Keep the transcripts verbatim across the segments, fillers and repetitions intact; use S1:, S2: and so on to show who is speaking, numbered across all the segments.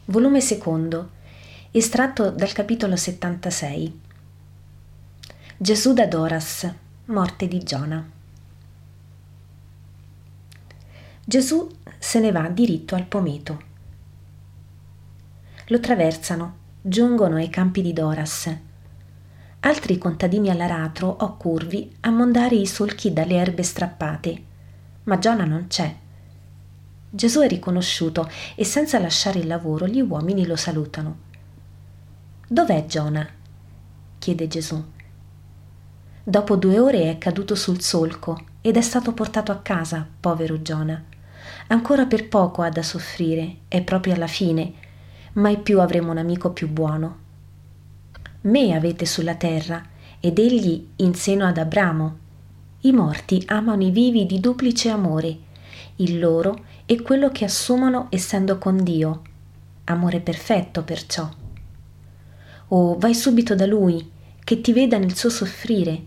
S1: Volume secondo, estratto dal capitolo settantasei. Gesù da Doras, morte di Giona. Gesù se ne va diritto al pometo. Lo traversano, giungono ai campi di Doras. Altri contadini all'aratro o curvi a mondare i solchi dalle erbe strappate, ma Giona non c'è. Gesù è riconosciuto e senza lasciare il lavoro gli uomini lo salutano. «Dov'è Giona?» chiede Gesù. Dopo due ore è caduto sul solco ed è stato portato a casa, povero Giona. Ancora per poco ha da soffrire, è proprio alla fine, mai più avremo un amico più buono. Me avete sulla terra ed egli in seno ad Abramo. I morti amano i vivi di duplice amore, il loro e quello che assumono essendo con Dio, amore perfetto perciò. Oh, vai subito da Lui, che ti veda nel suo soffrire.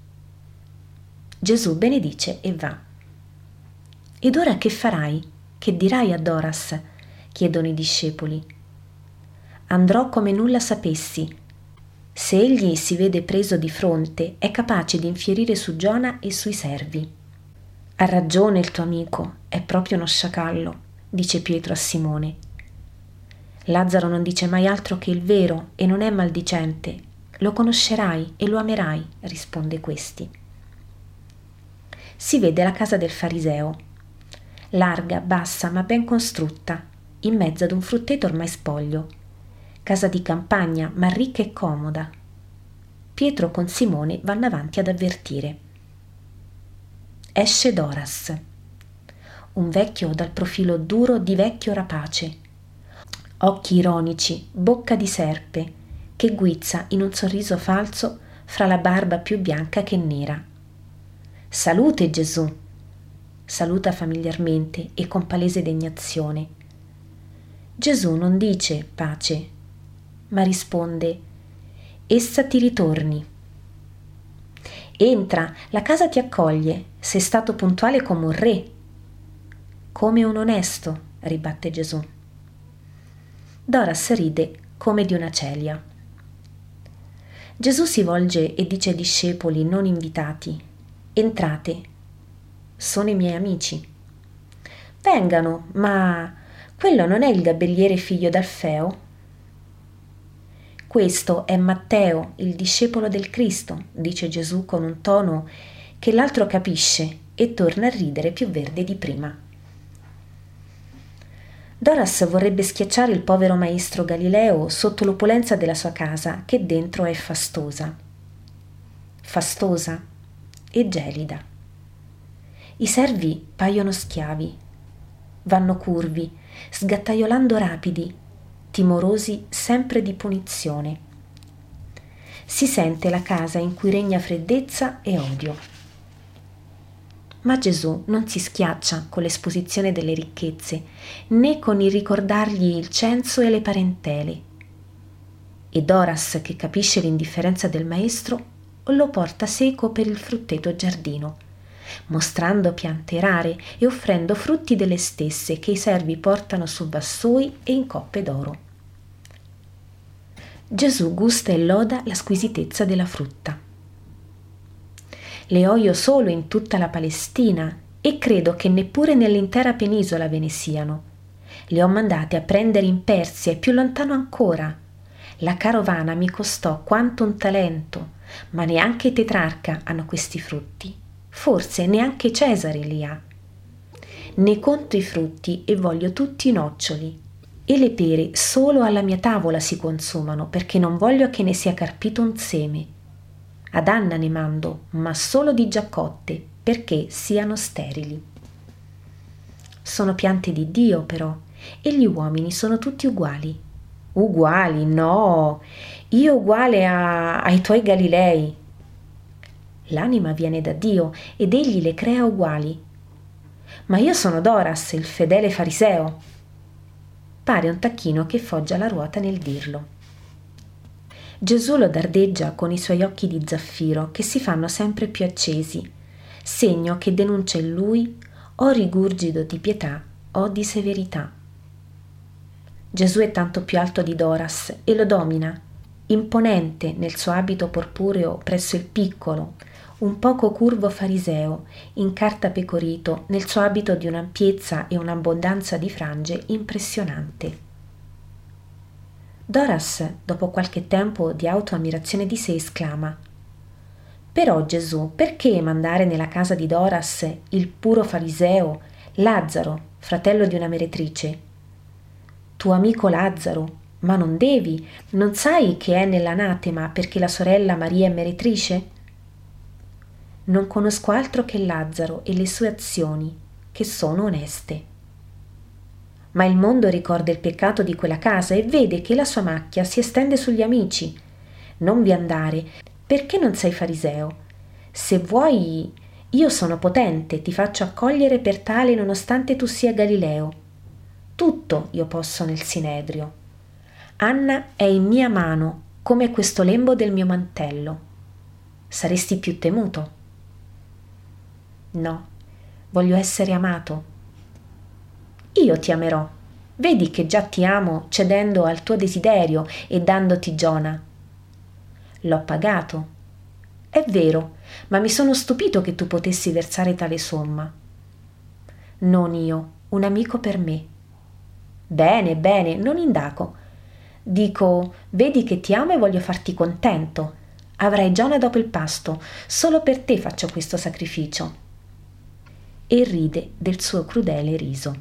S1: Gesù benedice e va. Ed ora che farai? Che dirai a Doras? Chiedono i discepoli. Andrò come nulla sapessi. Se egli si vede preso di fronte, è capace di infierire su Giona e sui servi. Ha ragione il tuo amico, è proprio uno sciacallo, dice Pietro a Simone. Lazzaro non dice mai altro che il vero e non è maldicente. Lo conoscerai e lo amerai, risponde questi. Si vede la casa del fariseo, larga, bassa, ma ben costrutta, in mezzo ad un frutteto ormai spoglio. Casa di campagna, ma ricca e comoda. Pietro con Simone vanno avanti ad avvertire. Esce Doras, un vecchio dal profilo duro di vecchio rapace, occhi ironici, bocca di serpe, che guizza in un sorriso falso fra la barba più bianca che nera. Salute Gesù! Saluta familiarmente e con palese degnazione. Gesù non dice pace, ma risponde: essa ti ritorni. Entra, la casa ti accoglie, sei stato puntuale come un re. Come un onesto, ribatte Gesù. Doras ride come di una celia. Gesù si volge e dice ai discepoli non invitati: entrate, sono i miei amici. Vengano, ma quello non è il gabelliere figlio d'Alfeo? Questo è Matteo, il discepolo del Cristo, dice Gesù con un tono che l'altro capisce e torna a ridere più verde di prima. Doras vorrebbe schiacciare il povero maestro Galileo sotto l'opulenza della sua casa, che dentro è fastosa. Fastosa e gelida. I servi paiono schiavi, vanno curvi, sgattaiolando rapidi, timorosi sempre di punizione. Si sente la casa in cui regna freddezza e odio. Ma Gesù non si schiaccia con l'esposizione delle ricchezze, né con il ricordargli il censo e le parentele. E Doras, che capisce l'indifferenza del maestro, lo porta seco per il frutteto giardino, mostrando piante rare e offrendo frutti delle stesse che i servi portano su vassoi e in coppe d'oro. Gesù gusta e loda la squisitezza della frutta. Le ho io solo in tutta la Palestina e credo che neppure nell'intera penisola ve ne siano. Le ho mandate a prendere in Persia e più lontano ancora. La carovana mi costò quanto un talento, ma neanche i tetrarca hanno questi frutti. Forse neanche Cesare li ha. Ne conto i frutti e voglio tutti i noccioli. E le pere solo alla mia tavola si consumano, perché non voglio che ne sia carpito un seme. Ad Anna ne mando, ma solo di giacotte, perché siano sterili. Sono piante di Dio, però, e gli uomini sono tutti uguali. Uguali? No! Io uguale a, ai tuoi Galilei. L'anima viene da Dio ed egli le crea uguali. Ma io sono Doras, il fedele fariseo. Pare un tacchino che foggia la ruota nel dirlo. Gesù lo dardeggia con i suoi occhi di zaffiro che si fanno sempre più accesi, segno che denuncia in lui o rigurgito di pietà o di severità. Gesù è tanto più alto di Doras e lo domina, imponente nel suo abito porpureo presso il piccolo, un poco curvo fariseo, in carta pecorito nel suo abito di un'ampiezza e un'abbondanza di frange impressionante. Doras, dopo qualche tempo di autoammirazione di sé, esclama: «Però Gesù, perché mandare nella casa di Doras il puro fariseo, Lazzaro, fratello di una meretrice? Tuo amico Lazzaro, ma non devi, non sai che è nell'anatema perché la sorella Maria è meretrice? Non conosco altro che Lazzaro e le sue azioni, che sono oneste. Ma il mondo ricorda il peccato di quella casa e vede che la sua macchia si estende sugli amici. Non vi andare, perché non sei fariseo? Se vuoi, io sono potente, ti faccio accogliere per tale nonostante tu sia Galileo. Tutto io posso nel Sinedrio. Anna è in mia mano, come questo lembo del mio mantello. Saresti più temuto? No, voglio essere amato. Io ti amerò. Vedi che già ti amo cedendo al tuo desiderio e dandoti Giona. L'ho pagato. È vero, ma mi sono stupito che tu potessi versare tale somma. Non io, un amico per me. Bene, bene, non indaco. Dico, vedi che ti amo e voglio farti contento. Avrai Giona dopo il pasto, solo per te faccio questo sacrificio. E ride del suo crudele riso.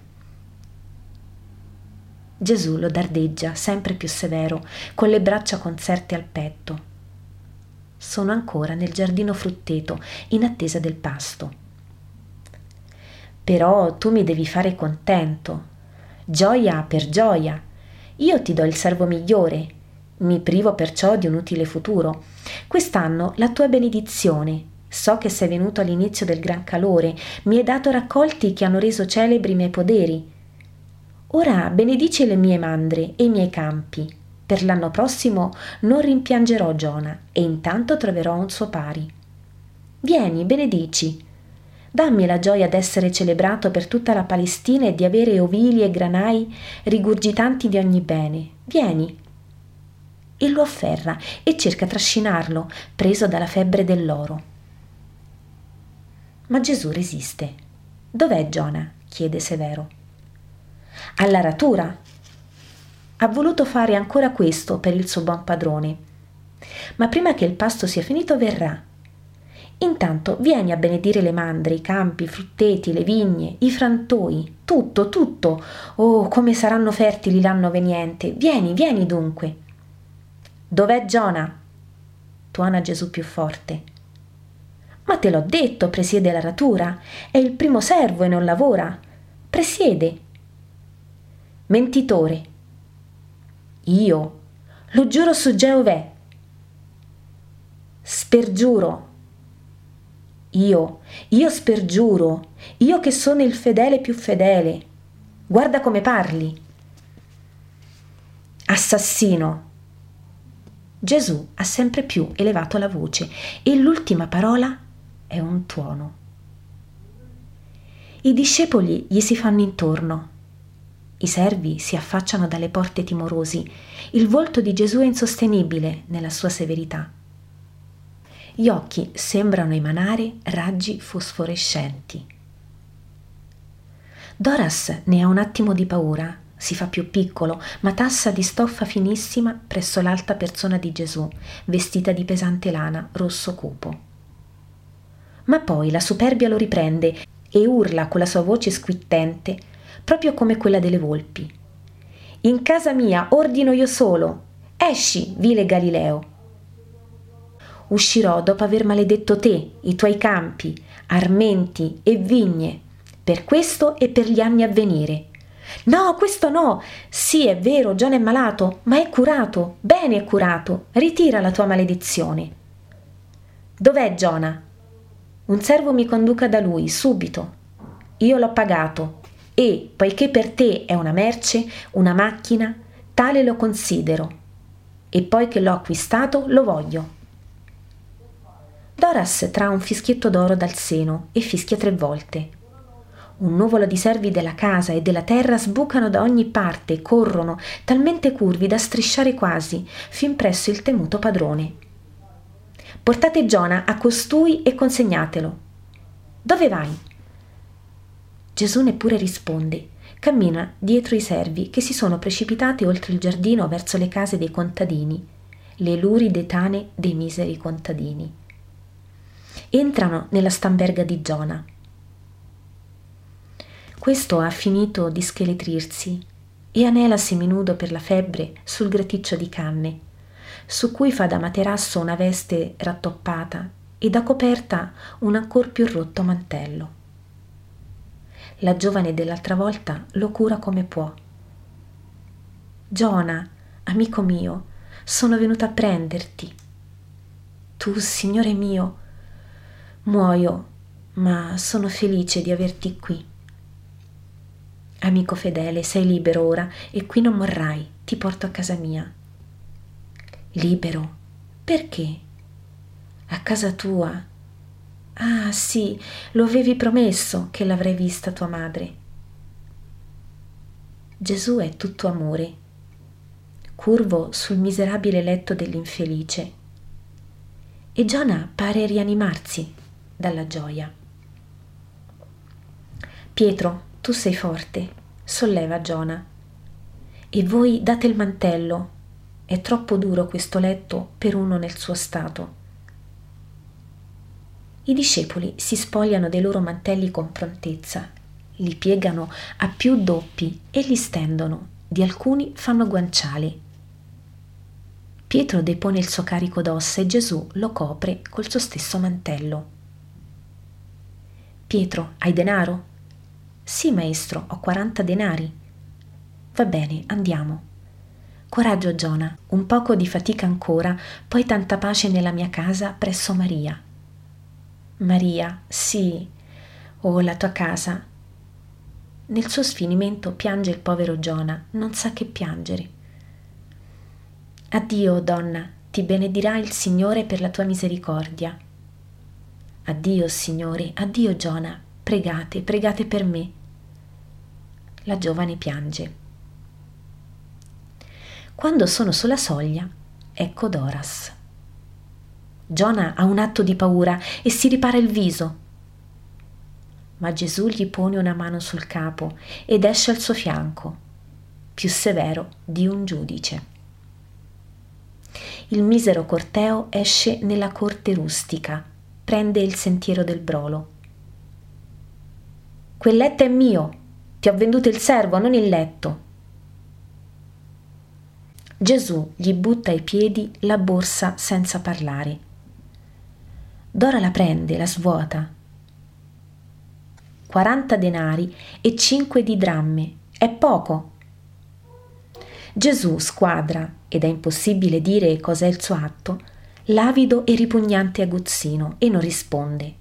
S1: Gesù lo dardeggia sempre più severo, con le braccia conserte al petto. Sono ancora nel giardino frutteto, in attesa del pasto. Però tu mi devi fare contento. Gioia per gioia. Io ti do il servo migliore. Mi privo perciò di un utile futuro. Quest'anno la tua benedizione. So che sei venuto all'inizio del gran calore, mi hai dato raccolti che hanno reso celebri i miei poderi. Ora benedici le mie mandre e i miei campi. Per l'anno prossimo non rimpiangerò Giona e intanto troverò un suo pari. Vieni, benedici. Dammi la gioia d'essere celebrato per tutta la Palestina e di avere ovili e granai rigurgitanti di ogni bene. Vieni. E lo afferra e cerca trascinarlo, preso dalla febbre dell'oro. Ma Gesù resiste. Dov'è Giona? Chiede severo. Alla ratura. Ha voluto fare ancora questo per il suo buon padrone. Ma prima che il pasto sia finito verrà. Intanto vieni a benedire le mandre, i campi, i frutteti, le vigne, i frantoi, tutto, tutto. Oh, come saranno fertili l'anno veniente. Vieni, vieni dunque. Dov'è Giona? Tuona Gesù più forte. Ma te l'ho detto, presiede la ratura. È il primo servo e non lavora. Presiede. Mentitore. Io? Lo giuro su Geovè. Spergiuro. Io? Io spergiuro. Io che sono il fedele più fedele. Guarda come parli. Assassino. Gesù ha sempre più elevato la voce e l'ultima parola è un tuono. I discepoli gli si fanno intorno. I servi si affacciano dalle porte timorosi. Il volto di Gesù è insostenibile nella sua severità. Gli occhi sembrano emanare raggi fosforescenti. Doras ne ha un attimo di paura, si fa più piccolo, matassa di stoffa finissima presso l'alta persona di Gesù, vestita di pesante lana rosso cupo. Ma poi la superbia lo riprende e urla con la sua voce squittente, proprio come quella delle volpi. In casa mia ordino io solo. Esci, vile Galileo. Uscirò dopo aver maledetto te, i tuoi campi, armenti e vigne, per questo e per gli anni a venire. No, questo no. Sì, è vero, Giona è malato, ma è curato, bene è curato. Ritira la tua maledizione. Dov'è Giona? Un servo mi conduca da lui, subito. Io l'ho pagato e, poiché per te è una merce, una macchina, tale lo considero. E poi che l'ho acquistato, lo voglio. Doras trae un fischietto d'oro dal seno e fischia tre volte. Un nuvolo di servi della casa e della terra sbucano da ogni parte, corrono, talmente curvi da strisciare quasi, fin presso il temuto padrone. Portate Giona a costui e consegnatelo. Dove vai? Gesù neppure risponde. Cammina dietro i servi che si sono precipitati oltre il giardino verso le case dei contadini, le luride tane dei miseri contadini. Entrano nella stamberga di Giona. Questo ha finito di scheletrirsi e anela seminudo per la febbre sul graticcio di canne, su cui fa da materasso una veste rattoppata e da coperta un ancor più rotto mantello. La giovane dell'altra volta lo cura come può. Giona, amico mio, sono venuta a prenderti. Tu, Signore mio, muoio, ma sono felice di averti qui. Amico fedele, sei libero ora e qui non morrai, ti porto a casa mia. Libero? Perché? A casa tua? Ah, sì, lo avevi promesso che l'avrei vista tua madre. Gesù è tutto amore, curvo sul miserabile letto dell'infelice, e Giona pare rianimarsi dalla gioia. Pietro, tu sei forte, solleva Giona, e voi date il mantello, è troppo duro questo letto per uno nel suo stato. I discepoli si spogliano dei loro mantelli con prontezza, li piegano a più doppi e li stendono, di alcuni fanno guanciali. Pietro depone il suo carico d'ossa e Gesù lo copre col suo stesso mantello. Pietro, hai denaro? Sì, maestro, ho quaranta denari. Va bene, andiamo. Coraggio, Giona, un poco di fatica ancora, poi tanta pace nella mia casa presso Maria. Maria, sì, oh, la tua casa. Nel suo sfinimento piange il povero Giona, non sa che piangere. Addio, donna, ti benedirà il Signore per la tua misericordia. Addio, Signore, addio, Giona, pregate, pregate per me. La giovane piange. Quando sono sulla soglia, ecco Doras. Giona ha un atto di paura e si ripara il viso. Ma Gesù gli pone una mano sul capo ed esce al suo fianco, più severo di un giudice. Il misero corteo esce nella corte rustica, prende il sentiero del brolo. Quel letto è mio, ti ho venduto il servo, non il letto. Gesù gli butta ai piedi la borsa senza parlare. Dora la prende, la svuota. Quaranta denari e cinque di dramme. È poco. Gesù squadra, ed è impossibile dire cos'è il suo atto, l'avido e ripugnante aguzzino e non risponde.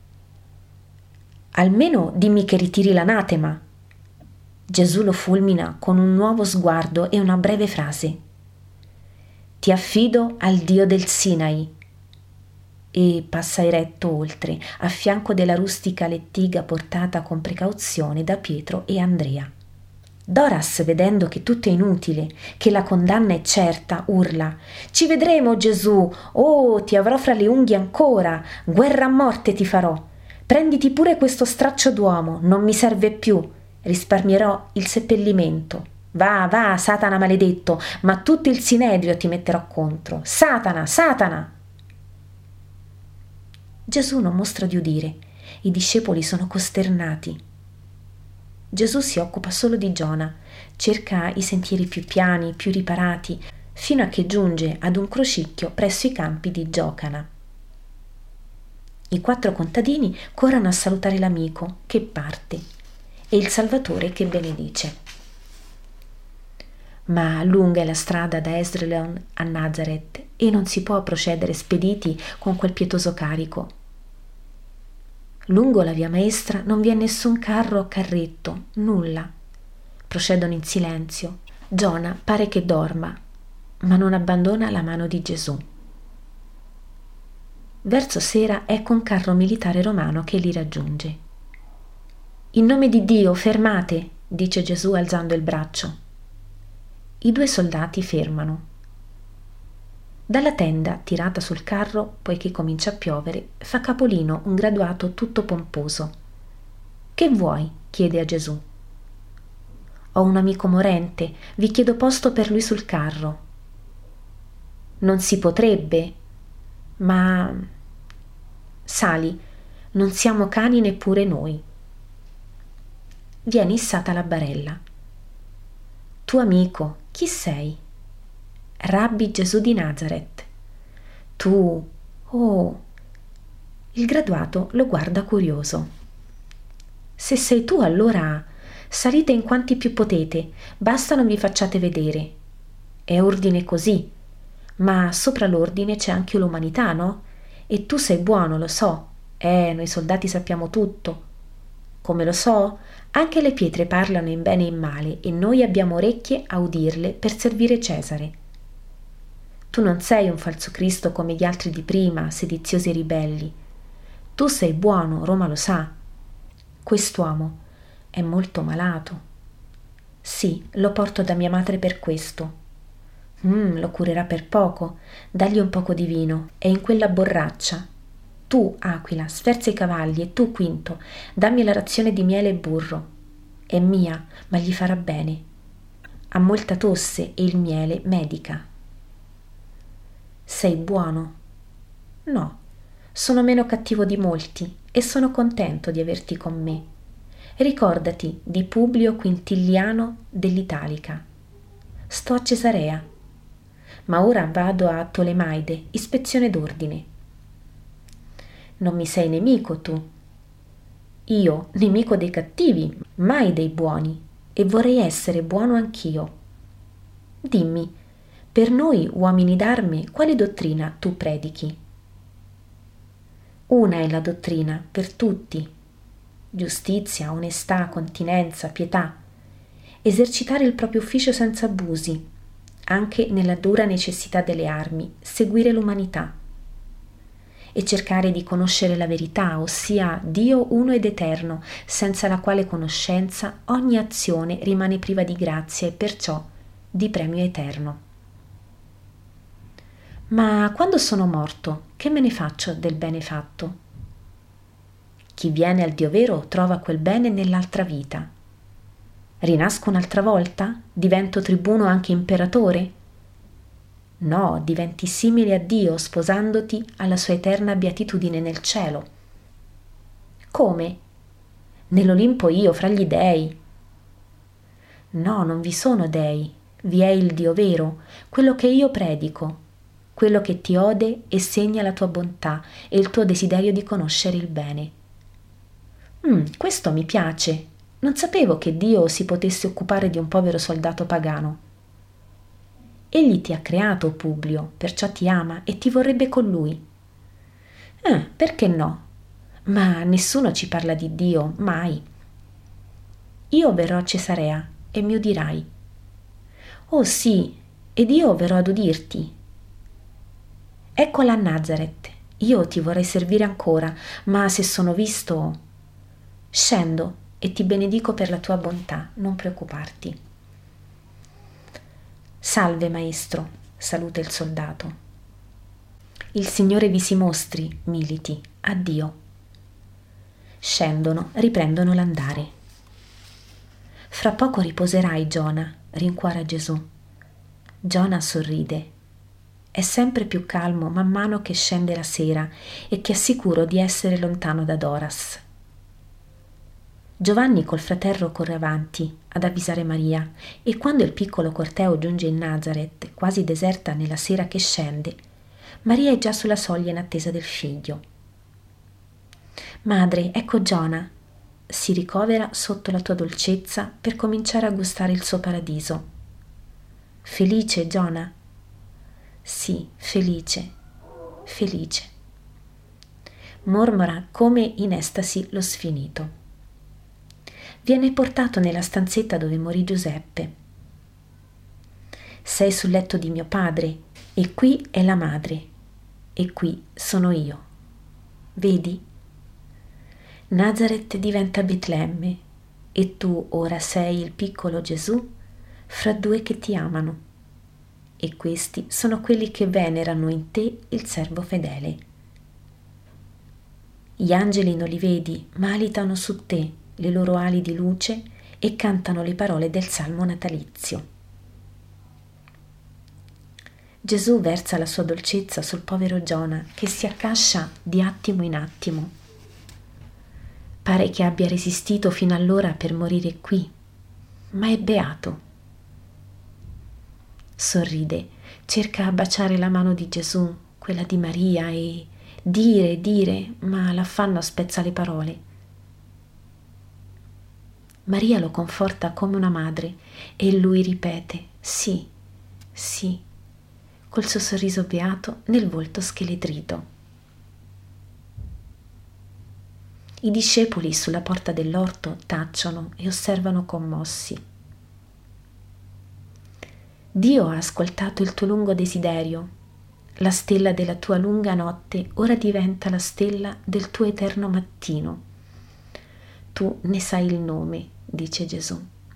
S1: Almeno dimmi che ritiri l'anatema. Gesù lo fulmina con un nuovo sguardo e una breve frase. Ti affido al Dio del Sinai. E passa eretto oltre, a fianco della rustica lettiga portata con precauzione da Pietro e Andrea. Doras, vedendo che tutto è inutile, che la condanna è certa, urla: «Ci vedremo, Gesù! Oh, ti avrò fra le unghie ancora! Guerra a morte ti farò! Prenditi pure questo straccio d'uomo, non mi serve più! Risparmierò il seppellimento! Va, va, Satana maledetto, ma tutto il Sinedrio ti metterò contro! Satana, Satana!» Gesù non mostra di udire, i discepoli sono costernati. Gesù si occupa solo di Giona, cerca i sentieri più piani, più riparati, fino a che giunge ad un crocicchio presso i campi di Giocana. I quattro contadini corrono a salutare l'amico che parte e il Salvatore che benedice. Ma lunga è la strada da Esdraelon a Nazaret e non si può procedere spediti con quel pietoso carico. Lungo la via maestra non vi è nessun carro o carretto, nulla. Procedono in silenzio. Giona pare che dorma, ma non abbandona la mano di Gesù. Verso sera ecco un carro militare romano che li raggiunge. In nome di Dio, fermate, dice Gesù alzando il braccio. I due soldati fermano. Dalla tenda, tirata sul carro, poiché comincia a piovere, fa capolino un graduato tutto pomposo. Che vuoi? Chiede a Gesù. Ho un amico morente, vi chiedo posto per lui sul carro. Non si potrebbe, ma... Sali, non siamo cani neppure noi. Viene issata la barella. Tuo amico, chi sei? Rabbi Gesù di Nazaret. Tu, oh... Il graduato lo guarda curioso. Se sei tu, allora salite in quanti più potete, basta non vi facciate vedere. È ordine così, ma sopra l'ordine c'è anche l'umanità, no? E tu sei buono, lo so. Eh, noi soldati sappiamo tutto. Come lo so? Anche le pietre parlano in bene e in male e noi abbiamo orecchie a udirle per servire Cesare. Tu non sei un falso Cristo come gli altri di prima, sediziosi e ribelli. Tu sei buono, Roma lo sa. Quest'uomo è molto malato. Sì, lo porto da mia madre per questo. Mm, lo curerà per poco. Dagli un poco di vino. È in quella borraccia. Tu, Aquila, sferza i cavalli e tu, Quinto, dammi la razione di miele e burro. È mia, ma gli farà bene. Ha molta tosse e il miele medica. Sei buono? No, sono meno cattivo di molti e sono contento di averti con me. Ricordati di Publio Quintiliano dell'Italica. Sto a Cesarea, ma ora vado a Tolemaide, ispezione d'ordine. Non mi sei nemico tu. Io, nemico dei cattivi, mai dei buoni, e vorrei essere buono anch'io. Dimmi, per noi uomini d'arme, quale dottrina tu predichi? Una è la dottrina per tutti. Giustizia, onestà, continenza, pietà. Esercitare il proprio ufficio senza abusi, anche nella dura necessità delle armi, seguire l'umanità. E cercare di conoscere la verità, ossia Dio uno ed eterno, senza la quale conoscenza ogni azione rimane priva di grazia e perciò di premio eterno. Ma quando sono morto, che me ne faccio del bene fatto? Chi viene al Dio vero trova quel bene nell'altra vita. Rinasco un'altra volta? Divento tribuno anche imperatore? No, diventi simile a Dio sposandoti alla sua eterna beatitudine nel cielo. Come? Nell'Olimpo io, fra gli dei. No, non vi sono dei, vi è il Dio vero, quello che io predico, quello che ti ode e segna la tua bontà e il tuo desiderio di conoscere il bene. Mm, questo mi piace. Non sapevo che Dio si potesse occupare di un povero soldato pagano. Egli ti ha creato, Publio, perciò ti ama e ti vorrebbe con lui. Eh, perché no? Ma nessuno ci parla di Dio, mai. Io verrò a Cesarea e mi udirai. Oh sì, ed io verrò ad udirti. Eccola a Nazaret, io ti vorrei servire ancora, ma se sono visto... Scendo e ti benedico per la tua bontà, non preoccuparti. Salve, maestro, saluta il soldato. Il Signore vi si mostri, militi, addio. Scendono, riprendono l'andare. Fra poco riposerai, Giona, rincuora Gesù. Giona sorride. È sempre più calmo man mano che scende la sera e che è sicuro di essere lontano da Doras. Giovanni col fratello corre avanti ad avvisare Maria e quando il piccolo corteo giunge in Nazaret, quasi deserta nella sera che scende, Maria è già sulla soglia in attesa del figlio. Madre, ecco Giona, si ricovera sotto la tua dolcezza per cominciare a gustare il suo paradiso. Felice, Giona? Sì, felice, felice. Mormora come in estasi lo sfinito. Viene portato nella stanzetta dove morì Giuseppe. Sei sul letto di mio padre e qui è la madre e qui sono io. Vedi? Nazaret diventa Betlemme e tu ora sei il piccolo Gesù fra due che ti amano. E questi sono quelli che venerano in te il servo fedele. Gli angeli non li vedi, ma alitano su te le loro ali di luce e cantano le parole del salmo natalizio. Gesù versa la sua dolcezza sul povero Giona che si accascia di attimo in attimo. Pare che abbia resistito fino allora per morire qui, ma è beato. Sorride, cerca a baciare la mano di Gesù, quella di Maria, e dire, dire, ma l'affanno spezza le parole. Maria lo conforta come una madre e lui ripete sì, sì, col suo sorriso beato nel volto scheletrito. I discepoli sulla porta dell'orto tacciono e osservano commossi. Dio ha ascoltato il tuo lungo desiderio. La stella della tua lunga notte ora diventa la stella del tuo eterno mattino. Tu ne sai il nome, dice Gesù.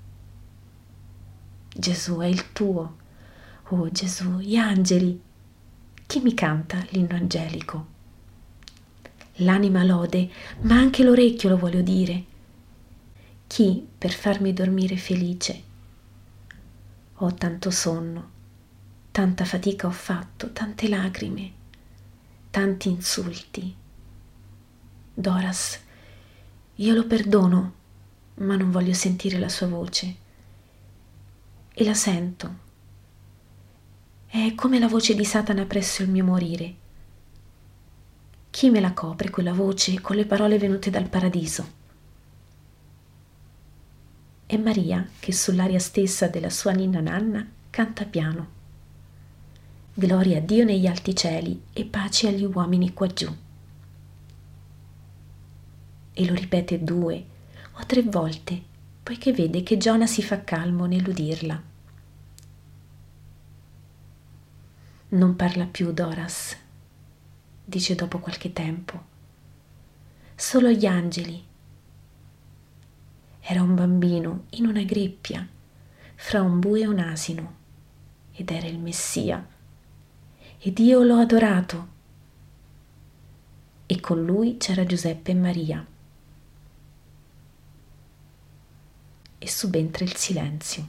S1: Gesù è il tuo. Oh Gesù, gli angeli. Chi mi canta l'inno angelico? L'anima lode, ma anche l'orecchio lo voglio dire. Chi per farmi dormire felice? Ho tanto sonno, tanta fatica ho fatto, tante lacrime, tanti insulti. Doras, io lo perdono, ma non voglio sentire la sua voce. E la sento. È come la voce di Satana presso il mio morire. Chi me la copre quella voce con le parole venute dal paradiso? È Maria che sull'aria stessa della sua ninna nanna canta piano. Gloria a Dio negli alti cieli e pace agli uomini quaggiù. E lo ripete due o tre volte, poiché vede che Giona si fa calmo nell'udirla. Non parla più Doras, dice dopo qualche tempo. Solo gli angeli. Era un bambino in una greppia, fra un bue e un asino, ed era il Messia. Ed io l'ho adorato. E con lui c'era Giuseppe e Maria. E subentra il silenzio.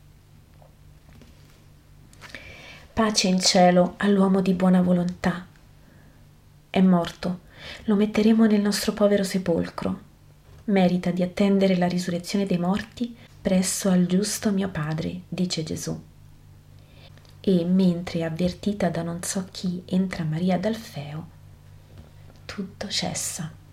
S1: Pace in cielo all'uomo di buona volontà. È morto, lo metteremo nel nostro povero sepolcro. Merita di attendere la risurrezione dei morti presso al giusto mio Padre, dice Gesù. E mentre avvertita da non so chi entra Maria d'Alfeo, tutto cessa.